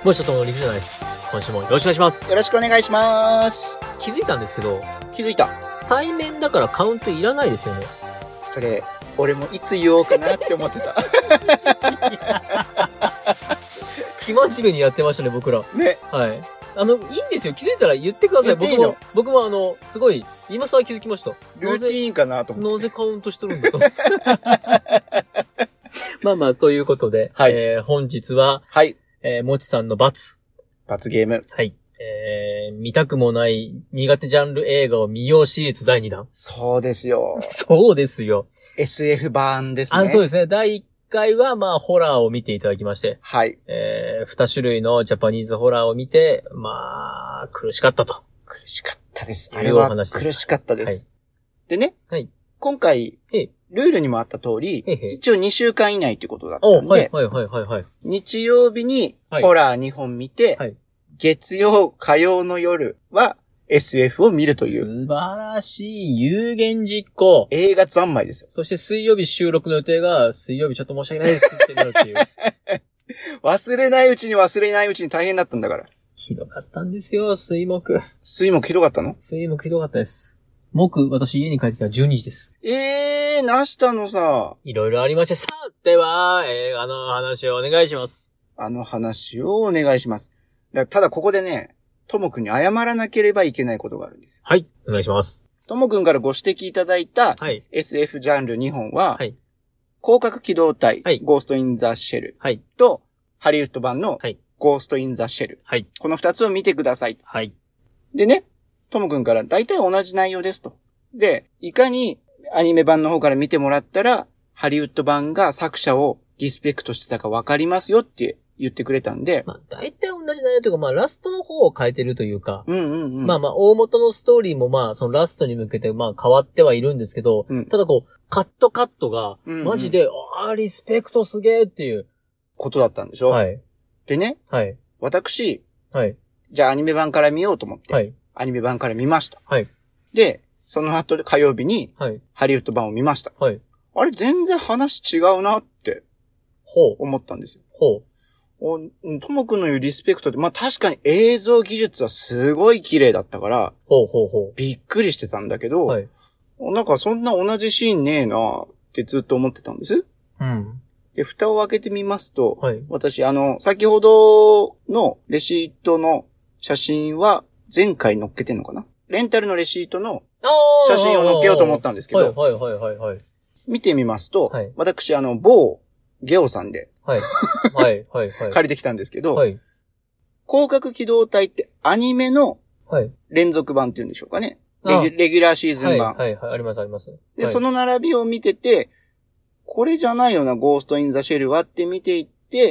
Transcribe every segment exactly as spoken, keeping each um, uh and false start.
もう一つのリクじゃないです。今週もよろしくお願いします。 よろしくお願いします。 気づいたんですけど、 気づいた。 対面だからカウントいらないですよね。 それ、俺もいつ言おうかなって思ってた。 気真面目にやってましたね、僕ら。 ね。 はい。あの、いいんですよ。気づいたら言ってください。 僕も、 僕もあの、すごい、今更気づきました。 ルーティーンかなと思って。 なぜカウントしてるんだと。まあまあ、ということで、 はい、 えー、本日は、 はい。 えー、もちさんの罰。 罰ゲーム。 はい。えー、見たくもない苦手ジャンル映画を見ようシリーズだいにだん。 そうですよ。 そうですよ。 エスエフ 版ですね。 あ、そうですね。だいいっかいは、まあ、ホラーを見ていただきまして。 はい。 えー、に種類のジャパニーズホラーを見て、まあ、苦しかったと。 苦しかったです。あれは苦しかったです。はい、でね。はい。今回、ルールにもあった通り、へへ一応にしゅうかん以内ということだったんで、 はいはいはいはいはい。 日曜日にホラーにほん見て、はい、月曜、火曜の夜は エスエフ を見るという。 素晴らしい。有言実行。 映画三昧ですよ。 そして水曜日収録の予定が、水曜日ちょっと申し訳ないですってなるっていう。 忘れないうちに忘れないうちに大変だったんだから。 ひどかったんですよ、水木。 水木ひどかったの？ 水木ひどかったです。木、私家に帰ってきたらじゅうにじです。 ええー、なしたのさ。 いろいろありまして、さあ、では、映画の話をお願いします。 あの話をお願いします。ただここでね、ともくんに謝らなければいけないことがあるんですよ。 はい、お願いします。 ともくんからご指摘いただいた、はい、エスエフ ジャンルにほんは、はい、広角機動隊、はい、ゴースト・イン・ザ・シェル、はい、と、ハリウッド版の、はい、ゴースト・イン・ザ・シェル、はい、この二つを見てください。はい、でね、ともくんから大体同じ内容ですと。で、いかにアニメ版の方から見てもらったら、ハリウッド版が作者をリスペクトしてたかわかりますよって言ってくれたんで。 まあ、大体同じ内容というか、まあ、ラストの方を変えてるというか。 うんうんうん。 まあまあ、大元のストーリーもまあ、そのラストに向けてまあ変わってはいるんですけど、うん、ただこう、カットカットが、マジで、うんうん、ああ、リスペクトすげーっていう。 ことだったんでしょ？ はい。 でね。 はい。 私。 はい。 じゃあアニメ版から見ようと思って。はい。アニメ版から見ました。はい。で、その後で火曜日に、はい。ハリウッド版を見ました。はい。あれ全然話違うなって、ほう。思ったんですよ。 ほう。 お、ともくんの言うリスペクトって、まあ確かに映像技術はすごい綺麗だったから、 ほうほうほう。 びっくりしてたんだけど、はい。なんかそんな同じシーンねえなってずっと思ってたんです。 うん。 で、蓋を開けてみますと、はい。私、あの、先ほどのレシートの写真は前回載っけてんのかな？レンタルのレシートの写真を載っけようと思ったんですけど、 はいはいはいはい。 見てみますと、はい、私、あの、某ゲオさんで、 はい。はいはいはい。 借りてきたんですけど、はい。広角機動隊ってアニメの連続版っていうんでしょうかね。レギュ、レギュラーシーズン版。 はいはいはい。ありますあります。 で、はい、その並びを見てて、これじゃないよな、ゴースト・イン・ザ・シェルはって見ていって、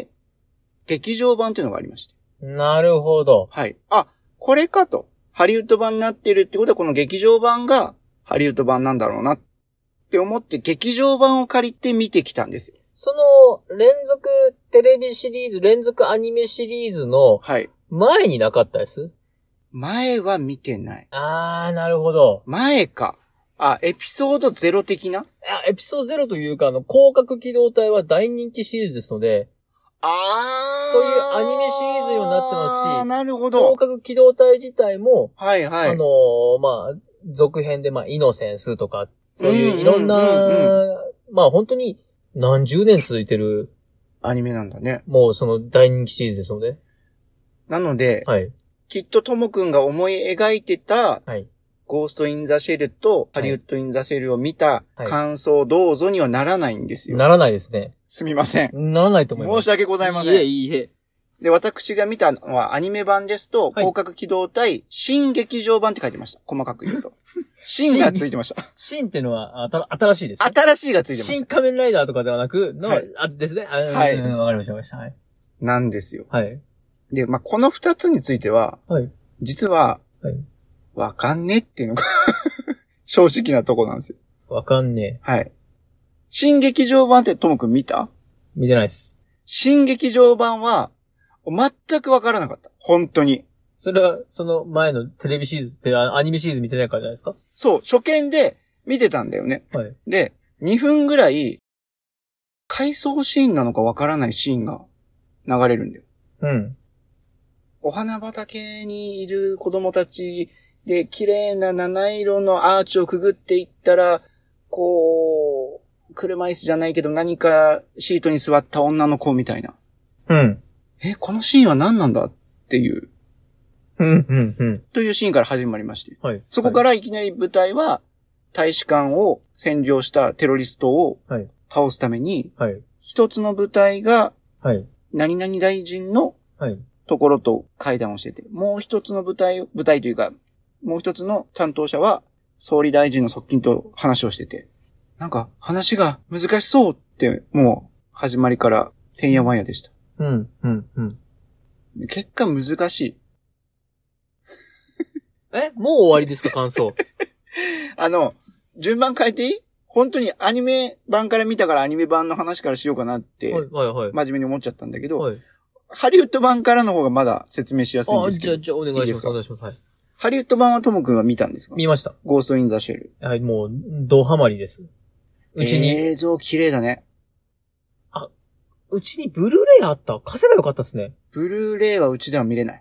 劇場版っていうのがありまして。 なるほど。 はい。あ、これかと。ハリウッド版になってるってことは、この劇場版がハリウッド版なんだろうなって思って、劇場版を借りて見てきたんですよ。 その、連続テレビシリーズ、連続アニメシリーズの、はい。前になかったです？ 前は見てない。 あー、なるほど。 前か。あ、エピソードゼロ的な？ エピソードゼロというか、あの、広角機動隊は大人気シリーズですので、 あー。 そういうアニメシリーズにもなってますし、 あー、なるほど。 広角機動隊自体も、 はいはい。 あのー、まあ、続編で、まあ、イノセンスとか、そういういろんな、うんうんうんうん、まあ本当に何十年続いてる。 アニメなんだね。 もうその大人気シリーズですので。 なので、はい。きっとともくんが思い描いてた、はい。ゴースト・イン・ザ・シェルとハリウッド・イン・ザ・シェルを見た感想どうぞにはならないんですよ。 ならないですね。 すみません。 ならないと思います。 申し訳ございません。 いえいえ。 で、私が見たのはアニメ版ですと、はい、広角機動隊新劇場版って書いてました。細かく言うと。新がついてました。 新っていうのはあた新しいですね。 新しいがついてました。 新仮面ライダーとかではなくの、はい、あですね。はい。わかりました、わかりました。はい。 なんですよ。 はい。 で、まあ、この二つについては、はい。実は、はい。わかんねっていうのが正直なとこなんですよ。 わかんねえ。 はい。新劇場版ってともくん見た？ 見てないです。 新劇場版は、全くわからなかった。本当に。 それは、その前のテレビシリーズ、アニメシリーズ見てないからじゃないですか？ そう、初見で見てたんだよね。はい。で、にふんぐらい、回想シーンなのかわからないシーンが流れるんだよ。 うん。 お花畑にいる子供たちで綺麗な七色のアーチをくぐっていったら、こう、車椅子じゃないけど何かシートに座った女の子みたいな。 うん。 え、このシーンは何なんだっていう。 うん、うん、うん。 というシーンから始まりまして。 はい。 そこからいきなり舞台は、大使館を占領したテロリストを倒すために、 はい。 一つの部隊が、 はい。 何々大臣の、はい。ところと会談をしてて、もう一つの部隊、部隊というか、もう一つの担当者は、総理大臣の側近と話をしてて、なんか話が難しそうって、もう始まりからてんやわんやでした。 うん、うん、うん。 結果難しい。 えもう終わりですか、感想。 あの、順番変えていい？本当にアニメ版から見たからアニメ版の話からしようかなって、はいはいはい、真面目に思っちゃったんだけど、はい、ハリウッド版からの方がまだ説明しやすいんですけど。 あ、じゃあ、じゃあお願いします。いいお願いします。はい。 ハリウッド版はともくんは見たんですか？ 見ました。 ゴーストインザシェル。 はい、もう、ドハマりです。うちに。 映像綺麗だね。 あ、うちにブルーレイあった。貸せばよかったですね。 ブルーレイはうちでは見れない。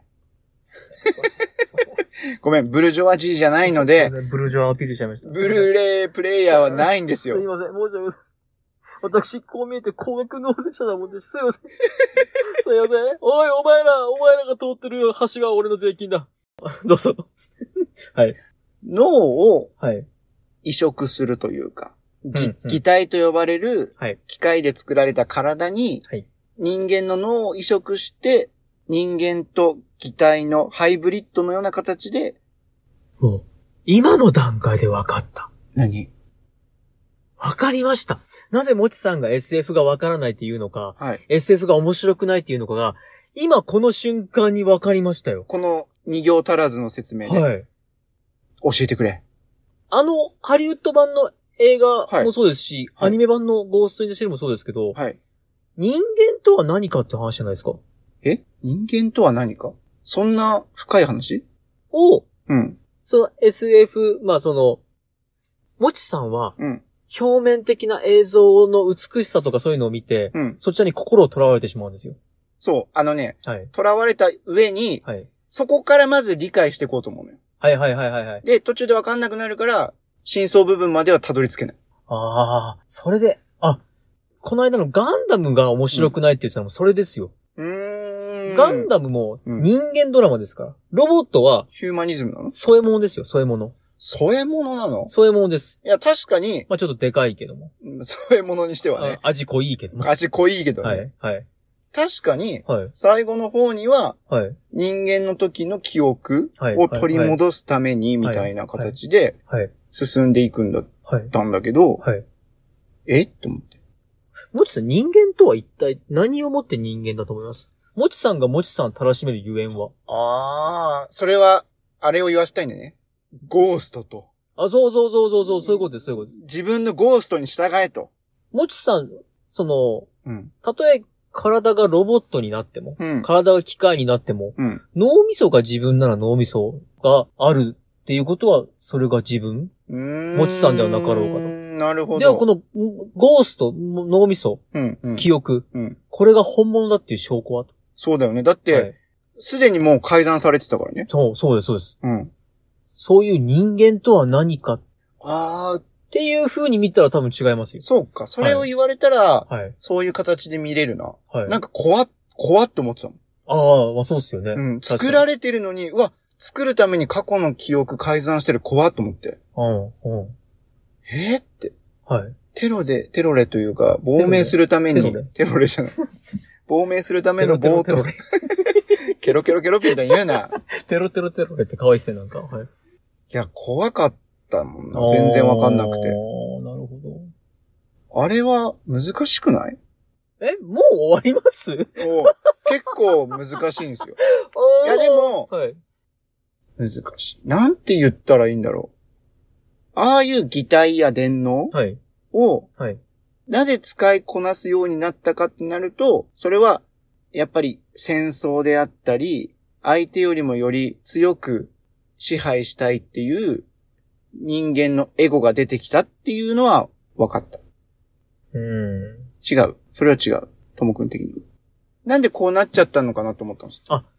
ごめん、ブルジョワジーじゃないので、 ブルジョワアピールしちゃいました。 ブルーレイプレイヤーはないんですよ。 すいません、申し訳ございません。私、こう見えて高額納税者だもんです。すいません。すいません。おい、お前ら、お前らが通ってる橋は俺の税金だ。どうぞ。はい。 脳を移植するというか、はい、擬態と呼ばれる機械で作られた体に人間の脳を移植して人間と擬態のハイブリッドのような形で、 もう今の段階で分かった。 何？ 分かりました。なぜもちさんが エスエフ が分からないっていうのか、はい、エスエフ が面白くないっていうのかが、今この瞬間に分かりましたよ。 このに行足らずの説明で。はい。教えてくれ。 あの、ハリウッド版の映画もそうですし、はい、アニメ版のゴーストインザシェルもそうですけど、はい。人間とは何かって話じゃないですか？ え？人間とは何か？そんな深い話？ を、 うん。 その エスエフ、まあその、もちさんは、うん。表面的な映像の美しさとかそういうのを見て、うん。そちらに心を囚われてしまうんですよ。 そう。あのね、はい。囚われた上に、はい。そこからまず理解していこうと思うのよ。 はいはいはいはいはい。 で、途中でわかんなくなるから、真相部分まではたどり着けない。 ああ、それで、あ、この間のガンダムが面白くないって言ってたのもそれですよ。 うーん。 ガンダムも人間ドラマですから。うん、ロボットは、 ヒューマニズムなの？ 添え物ですよ、添え物。 添え物なの？ 添え物です。 いや、確かに。 まあちょっとでかいけども。 添え物にしてはね。 味濃いけども。 味濃いけどね。 はい、はい。 確かに、はい、最後の方には、はい、人間の時の記憶を取り戻すために、みたいな形で、進んでいくんだったんだけど、はいはい、えって思って。 もちさん、人間とは一体何をもって人間だと思います？もちさんがもちさんたらしめるゆえんは？ ああ、それは、あれを言わせたいんだね。ゴーストと。 あ、そうそうそうそうそう、そういうことです、そういうことです。 自分のゴーストに従えと。 もちさん、その、うん、たとえ体がロボットになっても、うん、体が機械になっても、うん、脳みそが自分なら脳みそがあるっていうことは、それが自分？もちさんではなかろうかと。 なるほど。 ではこのゴースト、脳みそ、うんうん、記憶、うん、これが本物だっていう証拠はと。 そうだよね。だって、すで、はい、にもう改ざんされてたからね。 そう、そうです、そうです。うん、そういう人間とは何か。 ああ。 っていう風に見たら多分違いますよ。 そうか。それを言われたら、はい、そういう形で見れるな。はい、なんか怖っ、怖って思ってたもん。 ああ、まあそうっすよね。 うん。作られてるのに、うわ、作るために過去の記憶改ざんしてる怖っと思って。うん、うん。えー、って。はい。テロで、テロレというか、亡命するために、テロレ、テロレじゃない。亡命するためのボート。ケロケロケロみたいに言うな。 テロテロテロレって可愛いっすね、なんか。はい。いや、怖かったもんな。全然わかんなくて。 ああ、なるほど。あれは難しくない？ え、もう終わります？ 結構難しいんですよ。いや、でも、はい、難しい。なんて言ったらいいんだろう。ああいう擬態や電脳を、はいはい、なぜ使いこなすようになったかってなると、それは、やっぱり戦争であったり、相手よりもより強く支配したいっていう人間のエゴが出てきたっていうのは分かった。 うーん。 違う。それは違う。ともくん的に。なんでこうなっちゃったのかなと思ったんです。 あ、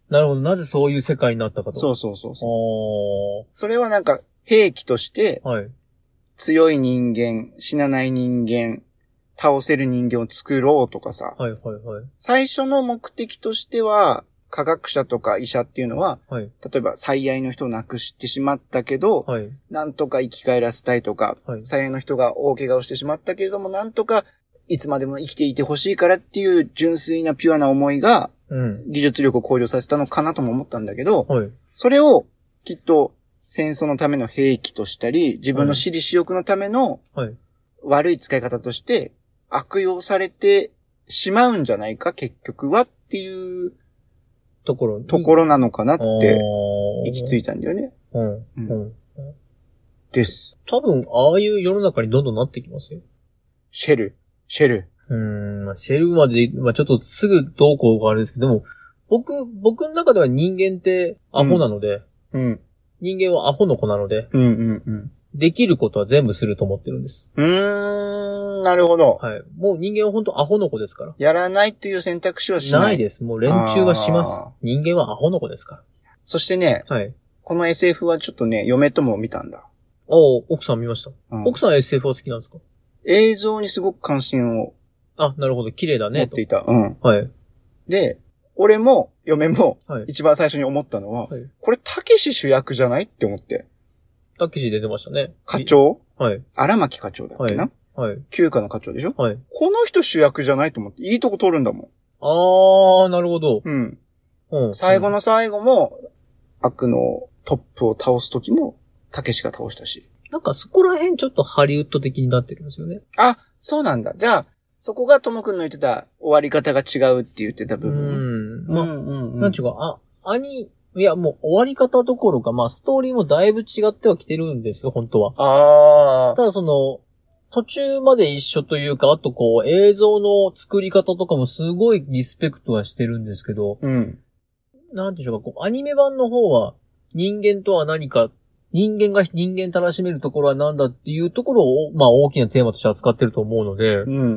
なるほど。なぜそういう世界になったかと。 そうそうそうそう。それはなんか、兵器として、はい、強い人間、死なない人間、倒せる人間を作ろうとかさ。はいはいはい。最初の目的としては、科学者とか医者っていうのは、はい、例えば最愛の人を亡くしてしまったけど、はい、なんとか生き返らせたいとか、はい、最愛の人が大怪我をしてしまったけれども、なんとかいつまでも生きていてほしいからっていう純粋なピュアな思いが、うん、技術力を向上させたのかなとも思ったんだけど、はい、それをきっと戦争のための兵器としたり、自分の私利私欲のための悪い使い方として悪用されてしまうんじゃないか、結局はっていうところ、ところなのかなって行き着いたんだよね。うん。うん。です。 多分、ああいう世の中にどんどんなってきますよ。 シェル。シェル。 うーん、まあ、シェルまで、まあ、ちょっとすぐどうこうがあれですけど、でも、僕、僕の中では人間ってアホなので、うん。うん、人間はアホの子なので、うんうんうん。できることは全部すると思ってるんです。 うーん、なるほど。 はい。もう人間は本当アホの子ですから。 やらないっていう選択肢はしない。 ないです。もう連中はします。人間はアホの子ですから。 そしてね、はい。この エスエフ はちょっとね、嫁とも見たんだ。 おー、奥さん見ました。うん、奥さん エスエフ は好きなんですか？ 映像にすごく関心を。 あ、なるほど。綺麗だね。 持っていた。うん。はい。で、俺も、嫁も、一番最初に思ったのは、はい、これ、たけし主役じゃないって思って。 たけし出てましたね。 課長はい。荒牧課長だっけな、はい、はい。旧課の課長でしょはい。この人主役じゃないと思って、いいとこ取るんだもん。 あー、なるほど。うん。 うん。最後の最後も、悪のトップを倒すときも、たけしが倒したし。 なんかそこら辺ちょっとハリウッド的になってるんですよね。 あ、そうなんだ。じゃあ、そこがともくんの言ってた終わり方が違うって言ってた部分。うん。 まあ、うんうんうん、なんちゅうか、あ、アニ、いやもう終わり方どころか、まあストーリーもだいぶ違ってはきてるんです、本当は。ああ。ただその、途中まで一緒というか、あとこう映像の作り方とかもすごいリスペクトはしてるんですけど、うん。なんていうんでしょうか、こうアニメ版の方は人間とは何か、人間が人間たらしめるところは何だっていうところを、まあ大きなテーマとして扱ってると思うので、うんうん、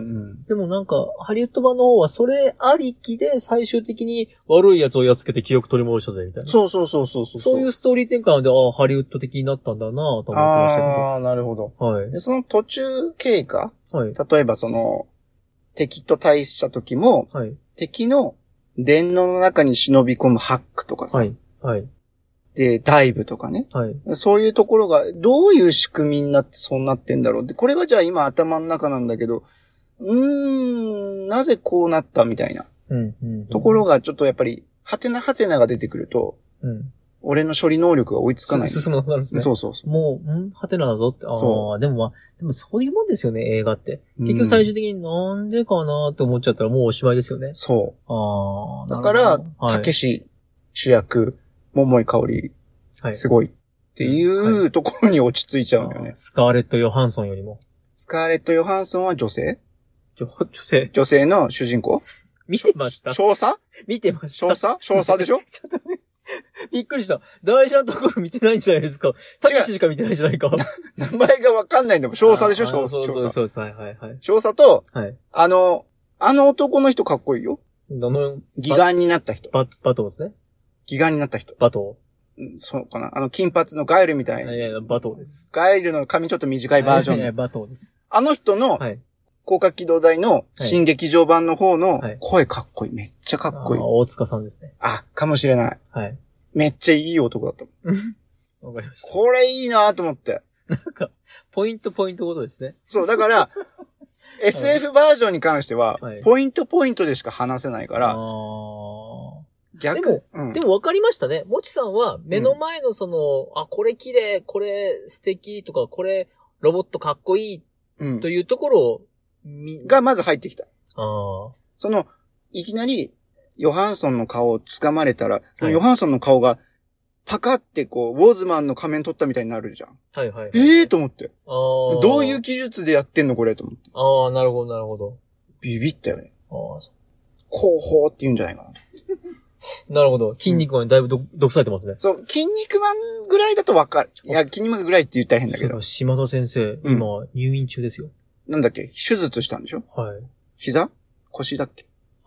でもなんか、ハリウッド版の方はそれありきで最終的に悪い奴をやっつけて記憶取り戻したぜ、みたいな。 そうそうそうそうそう。 そういうストーリー展開なので、ああ、ハリウッド的になったんだなと思ってましたけど。 ああ、なるほど。はい。で、その途中経過、はい。例えばその、敵と対した時も、はい。敵の電脳の中に忍び込むハックとかさ、はい。はい。で、ダイブとかね。はい。そういうところが、どういう仕組みになってそうなってんだろうって。これはじゃあ今頭の中なんだけど、うーん、なぜこうなったみたいな。うん、うん。ところがちょっとやっぱり、ハテナハテナが出てくると、うん。俺の処理能力が追いつかない。 進まなくなるんですね。 そうそうそう。 もう、んハテナだぞって。ああ、でもまあ、でもそういうもんですよね、映画って。結局最終的になんでかなって思っちゃったらもうおしまいですよね。 そう。ああ、だから、たけし主役、桃井かおり、はい、すごいっていうところに落ち着いちゃうんだよね。 スカーレット・ヨハンソンよりも。 スカーレット・ヨハンソンは女性女、女性。 女性の主人公見てました少佐見てました。 少佐少佐でしょちょっとね。びっくりした。大事なところ見てないんじゃないですか。たけししか見てないじゃないか。 名前がわかんないんだもん。少佐でしょ少佐。 そうそうそうそう。はいはいはい。 少佐と、はい、あの、あの男の人かっこいいよ。どの、義眼になった人。 バ、バトーですね。 義眼になった人。 バトー。 そうかな。あの、金髪のガイルみたいな。 いやいや、バトーです。 ガイルの髪ちょっと短いバージョン。いやいや、 バトーです。 あの人の、はい、広角機動隊の新劇場版の方の声かっこいい。めっちゃかっこいい。 あ、大塚さんですね。 あ、かもしれない。はい。めっちゃいい男だった。 わかりました。 これいいなと思って。 なんか、ポイントポイントごとですね。 そう、だから、エスエフ バージョンに関しては、はい、ポイントポイントでしか話せないから、あ逆でも、うん、でも分かりましたね。もちさんは目の前のその、うん、あ、これ綺麗、これ素敵とか、これロボットかっこいいというところを、 うん、がまず入ってきた。あその、いきなり、ヨハンソンの顔を掴まれたら、そのヨハンソンの顔が、パカってこう、ウォーズマンの仮面取ったみたいになるじゃん。はいはい、はい。ええー、と思って。あどういう技術でやってんのこれと思って。 ああ、なるほどなるほど。 ビビったよね。ああ、そう。後方って言うんじゃないかな。 なるほど。筋肉マンにだいぶど、毒されてますね。 そう、筋肉マンぐらいだとわかる。いや、筋肉マンぐらいって言ったら変だけど。 島田先生、うん、今、入院中ですよ。 なんだっけ手術したんでしょはい。膝腰だっけ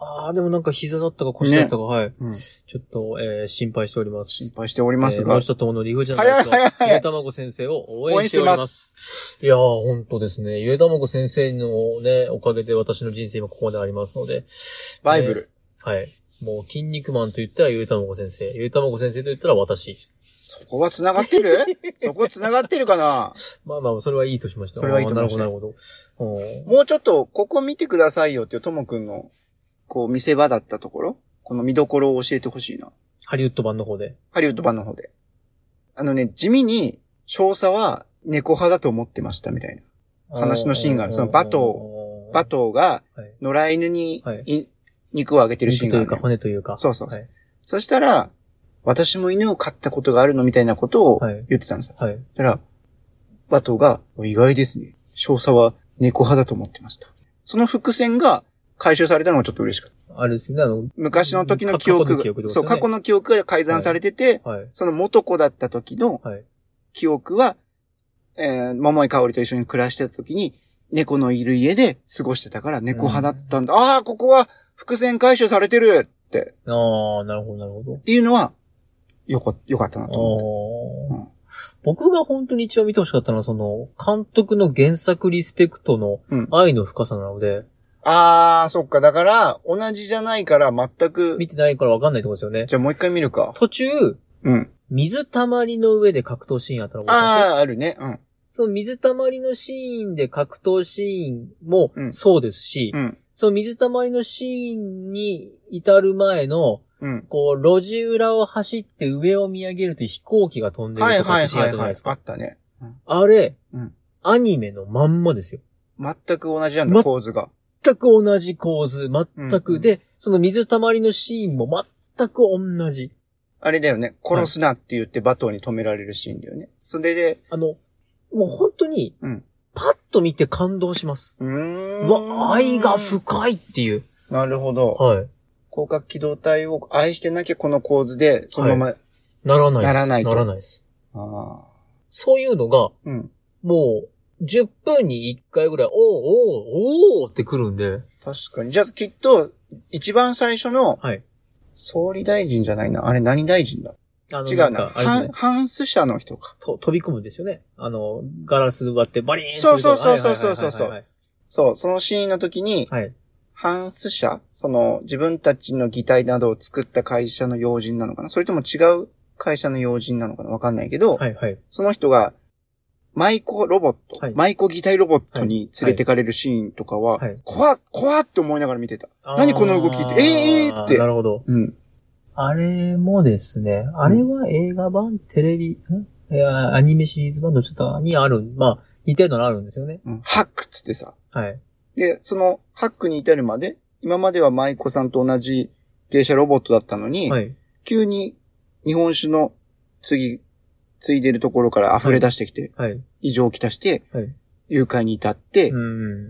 ああ、でもなんか膝だったか腰だったか、ね、はい、うん。ちょっと、えー、心配しております。 心配しておりますが。えー、 もう一つもの理不尽なですが、早い早い早い。ゆえたまご先生を応援しております。いやー、ほんとですね。ゆえたまご先生のね、おかげで私の人生今ここまでありますので。 バイブル。 えー、はい。もう、筋肉マンと言ったらゆえたまご先生。ゆえたまご先生と言ったら私。 そこは繋がってるそこは繋がってるかなまあまあ、それはいいとしました。 それはいいとしました。 なるほど、なるほど。もうちょっと、ここ見てくださいよっていうともくんの、こう、見せ場だったところ、この見どころを教えてほしいな。 ハリウッド版の方で。 ハリウッド版の方で。あのね、地味に、少佐は猫派だと思ってましたみたいな話のシーンがある。そのバトー、バトーが、野良犬に、はい、肉をあげてるシーンがある。 肉というか骨というか。 そうそうそう。はい、そしたら、私も犬を飼ったことがあるのみたいなことを言ってたんですよ。はい。だから、バトーが、意外ですね。少佐は猫派だと思ってました。その伏線が回収されたのがちょっと嬉しかった。 あれですね、あの、 昔の時の記憶が、憶ね、そう、過去の記憶が改ざんされてて、はいはい、その元子だった時の記憶は、えー、桃井かおりと一緒に暮らしてた時に、猫のいる家で過ごしてたから猫派だったんだ。うん、ああ、ここは伏線回収されてるって。 ああ、なるほど、なるほど。 っていうのは、よか、よかったなと思って、うん。 僕が本当に一番見てほしかったのは、その、監督の原作リスペクトの愛の深さなので。うん、 ああ、そっか。だから、同じじゃないから全く。 見てないから分かんないところですよね。 じゃあもう一回見るか。 途中、うん。水たまりの上で格闘シーンあったのかああ、あるね。うん。 その水たまりのシーンで格闘シーンもそうですし、うんうん、その水たまりのシーンに至る前の、うん、こう、路地裏を走って上を見上げると飛行機が飛んでるとかってシーンあったじゃないですか。 あったね。 うん、あれ、うん、アニメのまんまですよ。 全く同じなんだ、構図が。 全く同じ構図、全く。うん、で、その水たまりのシーンも全く同じ。 あれだよね。殺すなって言ってバトーに止められるシーンだよね。それで、 あの、もう本当に、うん、パッと見て感動します。うーん。わ、愛が深いっていう。 なるほど。はい。広角機動隊を愛してなきゃこの構図で、そのまま、はい、 ならないです。 ならないと。 ならないです。ああ。そういうのが、うん、もう、じゅっぷんにいっかいぐらい、おーおーおーってくるんで。 確かに。じゃあきっと、一番最初の、はい。総理大臣じゃないな。あれ何大臣だあの違うな。な、ね、ハンス社の人か。 と、飛び込むんですよね。あの、ガラス割ってバリーンと。 そうそうそうそうそうそうそう。そう、そのシーンの時に、はい。ハンス社その、自分たちの擬態などを作った会社の要人なのかなそれとも違う会社の要人なのかなわかんないけど、はいはい。その人が、舞妓ロボット、はい、舞妓擬態ロボットに連れてかれるシーンとかは、はいはい、怖っ、怖っって思いながら見てた。何この動きって、ええー、って。 なるほど。うん。あれもですね、あれは映画版、テレビ、んいや、アニメシリーズ版どちらかにある、まあ、似たようなのあるんですよね。 うん。ハックっつってさ。はい。で、その、ハックに至るまで、今までは舞妓さんと同じ芸者ロボットだったのに、はい、急に日本酒の次、ついでるところから溢れ出してきて、はい、異常をきたして、はい、誘拐に至って、うん、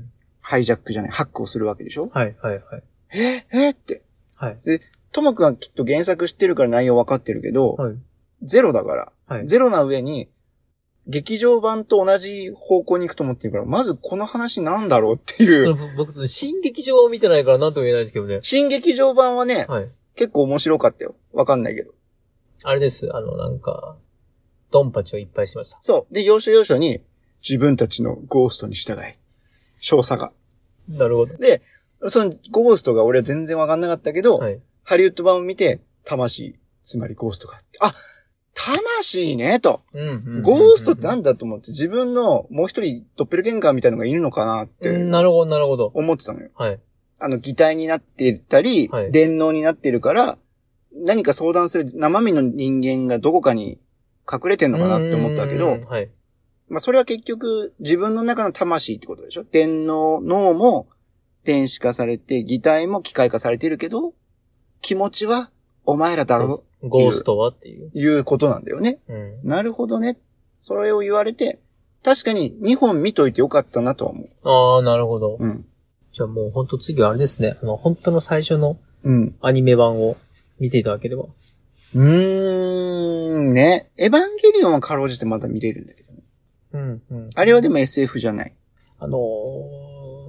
ハイジャックじゃない、ハックをするわけでしょはい、はい、はい。ええー、って。はい。で、ともくんはきっと原作知ってるから内容わかってるけど、はい、ゼロだから、はい、ゼロな上に、劇場版と同じ方向に行くと思ってるから、まずこの話なんだろうっていう。 僕、新劇場版を見てないから何とも言えないですけどね。 新劇場版はね、はい、結構面白かったよ。わかんないけど。 あれです、あの、なんか、ドンパチをいっぱいしました。 そう。で、要所要所に、自分たちのゴーストに従い。少佐が。 なるほど。 で、そのゴーストが俺は全然わかんなかったけど、はい、ハリウッド版を見て、魂、つまりゴーストがあって、あ、魂ね、と。うんうんうんうん、ゴーストってなんだと思って、自分のもう一人ドッペルゲンガーみたいなのがいるのかなって。 うん、なるほど、なるほど。 思ってたのよ。はい。あの、擬態になってたり、はい、電脳になってるから、何か相談する生身の人間がどこかに隠れてんのかなって思ったけど、はい。まあ、それは結局、自分の中の魂ってことでしょ？電脳、脳も電子化されて、擬態も機械化されてるけど、気持ちはお前らだろう。 ゴーストはっていう。 いうことなんだよね。うん。なるほどね。それを言われて、確かににほん見といてよかったなとは思う。 ああ、なるほど。うん。じゃあもうほんと次はあれですね。あの、本当の最初の、うん。アニメ版を見ていただければ。 うーん、ね。エヴァンゲリオンはかろうじてまだ見れるんだけどね。うん、うん。あれはでも エスエフ じゃない。 あのー、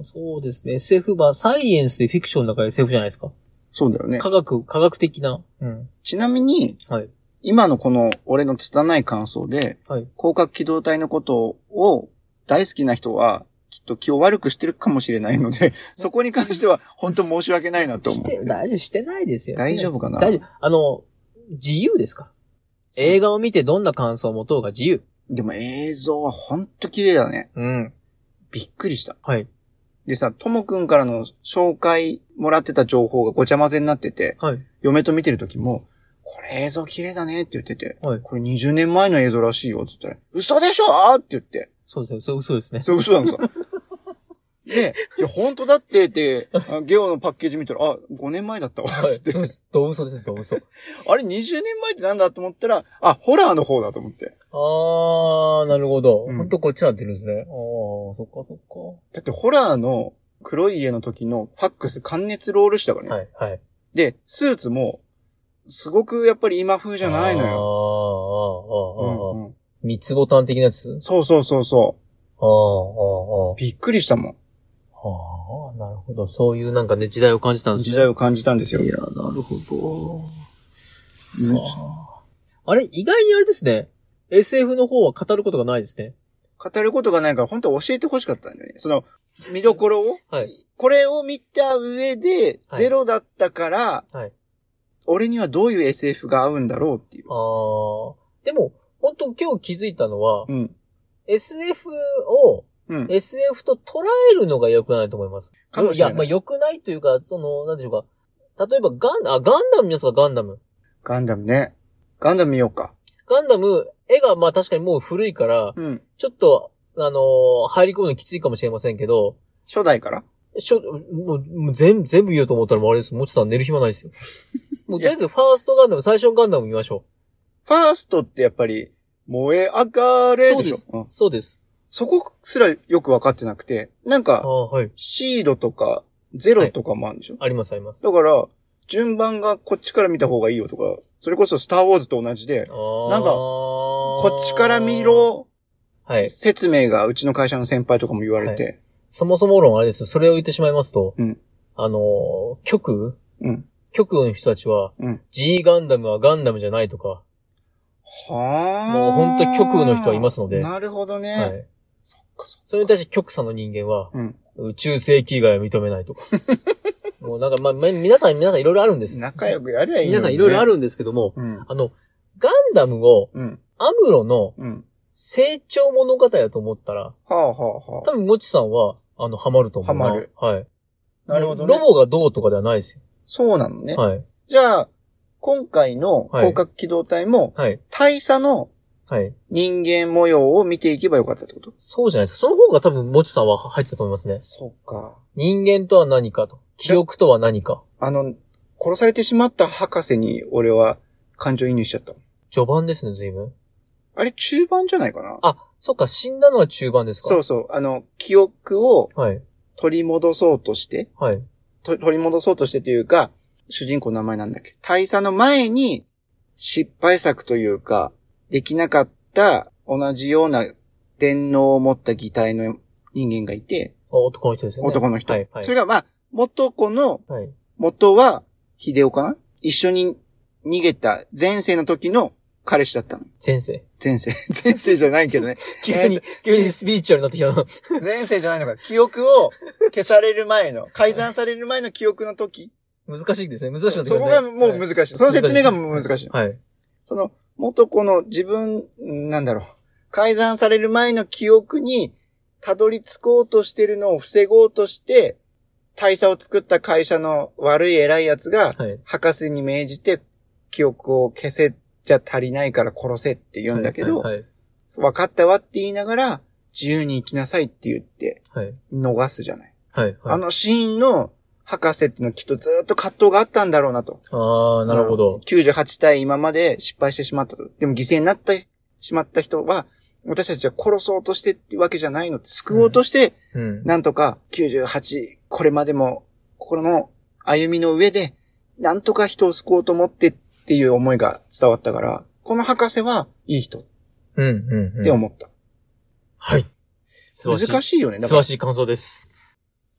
そうですね。エスエフ はサイエンスでフィクションの中で エスエフ じゃないですか。 そうだよね。 科学、科学的な。 うん。ちなみに、はい。今のこの俺の拙い感想で、はい。広角機動隊のことを大好きな人は、きっと気を悪くしてるかもしれないので、そこに関しては本当申し訳ないなと思う。 して、大丈夫、してないですよ。 大丈夫かな？ 大丈夫。あの、自由ですから。映画を見てどんな感想を持とうが自由。 でも映像は本当綺麗だね。うん。びっくりした。はい。でさ、ともくんからの紹介もらってた情報がごちゃ混ぜになってて、はい。嫁と見てる時も、これ映像綺麗だねって言ってて、はい。これにじゅうねんまえの映像らしいよって言ったら、嘘でしょーって言って。 そうですね。そう、嘘ですね。 そう、嘘なんですよ。で、いや、本当だってって、ゲオのパッケージ見たら、あ、ごねんまえだったわ、つって。はい、 どう嘘です、どう嘘。 あれ、にじゅうねんまえってなんだと思ったら、あ、ホラーの方だと思って。 あー、なるほど。うん、本当こっちなってるんですね。あー、そっかそっか。 だってホラーの黒い家の時のファックス関熱ロールしたからね。はい、はい。で、スーツも、すごくやっぱり今風じゃないのよ。あー、あー、 あー、あー、うんうん。三つボタン的なやつ？ そうそうそうそう。あー、あー、あー。びっくりしたもん。 ああ、なるほど。そういうなんかね、時代を感じたんですね。 時代を感じたんですよ。 いや、なるほど。さあ。あれ、意外にあれですね。エスエフ の方は語ることがないですね。 語ることがないから、本当は教えてほしかったんだよね。その、見どころを、はい、これを見た上で、ゼロだったから、はい、俺にはどういう エスエフ が合うんだろうっていう。 ああ。でも、本当今日気づいたのは、うん、エスエフ を、うん、エスエフ と捉えるのが良くないと思います。かもしれない。いや、まあ良くないというか、その、なんでしょうか。例えばガン、あ、ガンダム見ますか、ガンダム。 ガンダムね。ガンダム見ようか。 ガンダム、絵がまあ確かにもう古いから、うん、ちょっと、あのー、入り込むのきついかもしれませんけど。 初代から初、もう、もう全部、全部言おうと思ったらもうあれです。もちさん寝る暇ないですよ。もうとりあえずファーストガンダム、最初のガンダム見ましょう。ファーストってやっぱり、燃え上がれでしょ。 そうです。うん、そうです。 そこすらよくわかってなくて、なんか、はい、シードとか、ゼロとかもあるんでしょ、はい、 ありますあります。 だから、順番がこっちから見た方がいいよとか、それこそスターウォーズと同じで、なんか、こっちから見ろ、はい。説明がうちの会社の先輩とかも言われて。はい、 そもそも論あれです。それを言ってしまいますと、うん、あの、極うん。極右の人たちは、うん、G ガンダムはガンダムじゃないとか、はあ。もう本当に極右の人はいますので。 なるほどね。はい。 そっかそっか。それに対して極左の人間は、うん、宇宙世紀以外は認めないとか。もうなんか、まあ、皆さん、皆さんいろいろあるんです。 仲良くやりゃいいの、ね、 皆さんいろいろあるんですけども、うん、あの、ガンダムを、うん、アムロの成長物語だと思ったら、はあはあはあ、多分、もちさんは、あの、ハマると思うな。ハマる。はい。なるほどね。ロボがどうとかではないですよ。 そうなのね。はい。じゃあ、今回の広角機動隊も、はい、大佐の人間模様を見ていけばよかったってこと？ そうじゃないですか。その方が多分、もちさんは入ってたと思いますね。 そうか。 人間とは何かと。記憶とは何か。 あの、殺されてしまった博士に俺は感情移入しちゃった。 序盤ですね、随分。 あれ、中盤じゃないかな？ あ、そっか、死んだのは中盤ですか？ そうそう。あの、記憶を取り戻そうとして、はい。と取り戻そうとしてというか、主人公の名前なんだっけ？大佐の前に失敗作というか、できなかった同じような電脳を持った擬態の人間がいて、 男の人ですよね。 男の人。はいはい、それがまあ、元子の、元は秀夫かな？一緒に逃げた前世の時の彼氏だったの。 前世前世。前世じゃないけどね。 急に、急にスピリチュアルになってきたの。前世じゃないのか。記憶を消される前の、改ざんされる前の記憶の時。 難しいですね。難しい、ね、 そこがもう難しい。はい、その説明が難しい。はい。その、元子の自分、なんだろう。改ざんされる前の記憶に、たどり着こうとしてるのを防ごうとして、大佐を作った会社の悪い偉い奴が、博士に命じて、記憶を消せじゃ足りないから殺せって言うんだけど、はいはいはい、分かったわって言いながら、自由に生きなさいって言って、逃すじゃない。はいはい、あのシーンの博士ってのきっとずっと葛藤があったんだろうなと。 ああ、なるほど。 きゅうじゅうはち体今まで失敗してしまったと。でも犠牲になってしまった人は、私たちは殺そうとしてっていうわけじゃないのって、救おうとして、うんうん、なんとかきゅうじゅうはち、これまでも、心の歩みの上で、なんとか人を救おうと思ってっていう思いが伝わったから、この博士はいい人。うんうんうん。って思った。 はい。 難しいよね。 素晴らしい感想です。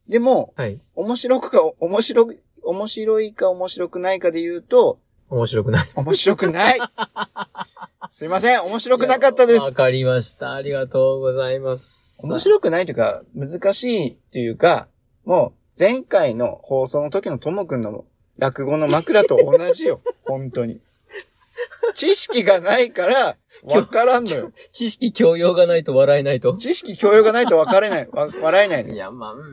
でも、はい、面白くか、面白い、面白いか面白くないかで言うと、 面白くない。 面白くない。すいません、面白くなかったです。 わかりました。ありがとうございます。 面白くないというか、難しいというか、もう、前回の放送の時のともくんの落語の枕と同じよ。本当に。知識がないから、わからんのよ。 知識教養がないと笑えないと。 知識教養がないとわからない。わ笑えないのよ。 いや、まあ、うん、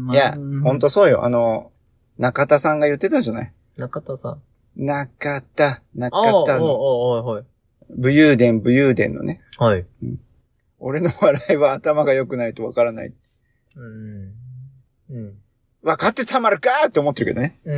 いや、ほんとそうよ。あの、中田さんが言ってたじゃない。 中田さん。 中田、中田の。 はい。 武勇伝、武勇伝のね。 はい、 うん。俺の笑いは頭が良くないとわからない。 うん。うん。 分かってたまるかーって思ってるけどね。 うん。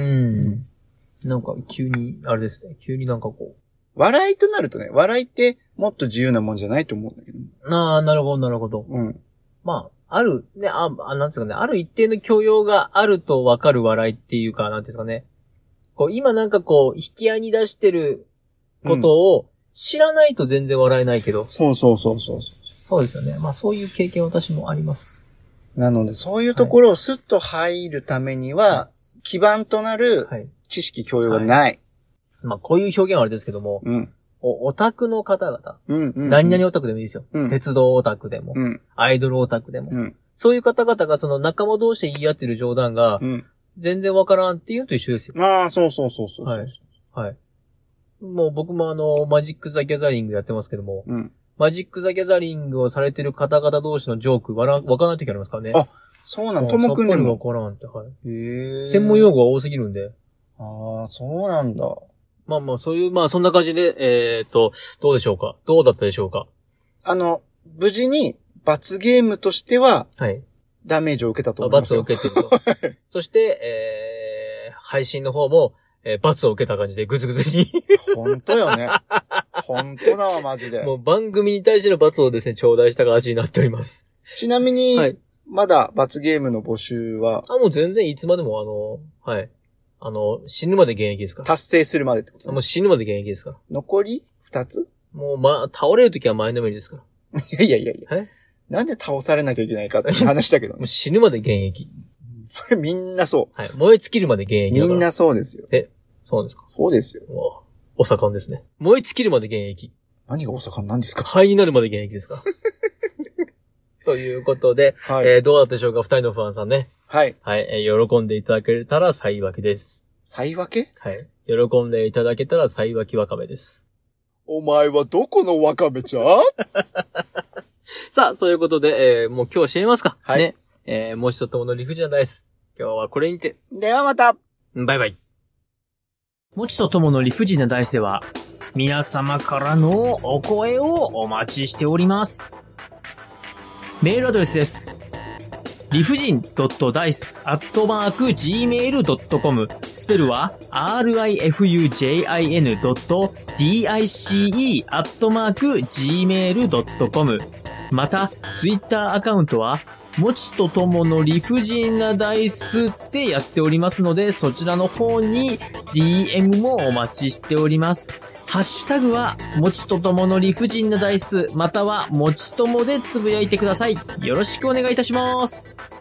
なんか急に、あれですね。急になんかこう。 笑いとなるとね、笑いってもっと自由なもんじゃないと思うんだけど、ね。 ああ、なるほど、なるほど。 うん。 まあ、ある、ね、あ、なんつうかね、ある一定の教養があるとわかる笑いっていうか、なんていうんですかね。こう、今なんかこう、引き合いに出してることを知らないと全然笑えないけど。うん、 そうそうそうそう。 そうですよね。まあそういう経験私もあります。 なので、そういうところをスッと入るためには、はい、基盤となる知識教養がない。はい、 まあこういう表現はあれですけども、 うん、 おオタクの方々、 うんうんうん、 何々オタクでもいいですよ。 うん、 鉄道オタクでも、 うん、 アイドルオタクでも、 うん、 そういう方々がその仲間同士で言い合ってる冗談が、 うん、 全然わからんっていうのと一緒ですよ。 ああ、そうそうそうそう。 はい。はい。もう僕もあの、マジック・ザ・ギャザリングやってますけども、 うん、 マジック・ザ・ギャザリングをされてる方々同士のジョーク、わら、わからない時ありますからね。 あ、そうなん、ともくんでも。 わからんって、はい。 へえ。 専門用語が多すぎるんで。 ああ、そうなんだ。 まあまあ、そういう、まあそんな感じで、えー、っと、どうでしょうか。どうだったでしょうか。 あの、無事に罰ゲームとしては、 はい。 ダメージを受けたと思いますよ。 罰を受けてると。そして、えー、配信の方も、えー、罰を受けた感じでグズグズに。 本当よね。本当だわ、マジで。 もう番組に対しての罰をですね、頂戴した感じになっております。 ちなみに、はい、まだ罰ゲームの募集はあ、もう全然いつまでもあの、はい。あの、死ぬまで現役ですから。 達成するまでってこと、ね、 もう死ぬまで現役ですから。 残り二つもうま、倒れるときは前のめりですから。 いやいやいやいや。 えなんで倒されなきゃいけないかって話だけど、ね。 もう死ぬまで現役。 それみんなそう。 はい。燃え尽きるまで現役だから。 みんなそうですよ。 え、そうですか。 そうですよ。 お、お盛んですね。燃え尽きるまで現役。 何がお盛んなんですか。 灰になるまで現役ですか。ということで、はい、えー、どうだったでしょうか、二人の不安さんね。 はい。 はい、えー、喜んでいただけたら幸分けです。 幸分け？ はい。喜んでいただけたら幸分けわかめです。 お前はどこのわかめちゃんさあ、そういうことで、えー、もう今日は知りますか？ はい。 ね。えー、もう一度ともの理不尽なダイス。今日はこれにて。 ではまた。 バイバイ。もちとともの理不尽なダイスでは、皆様からのお声をお待ちしております。メールアドレスです。理不尽 .dice アットマーク ジーメールドットコム スペルは アールアイエフユージェイアイエヌ ドット ディーアイシーイー アットマーク ジーメールドットコム また、ツイッターアカウントは、もちとともの理不尽なダイスってやっておりますので、そちらの方に ディーエム もお待ちしております。ハッシュタグは、もちとともの理不尽なダイス、または、もちともでつぶやいてください。よろしくお願いいたします。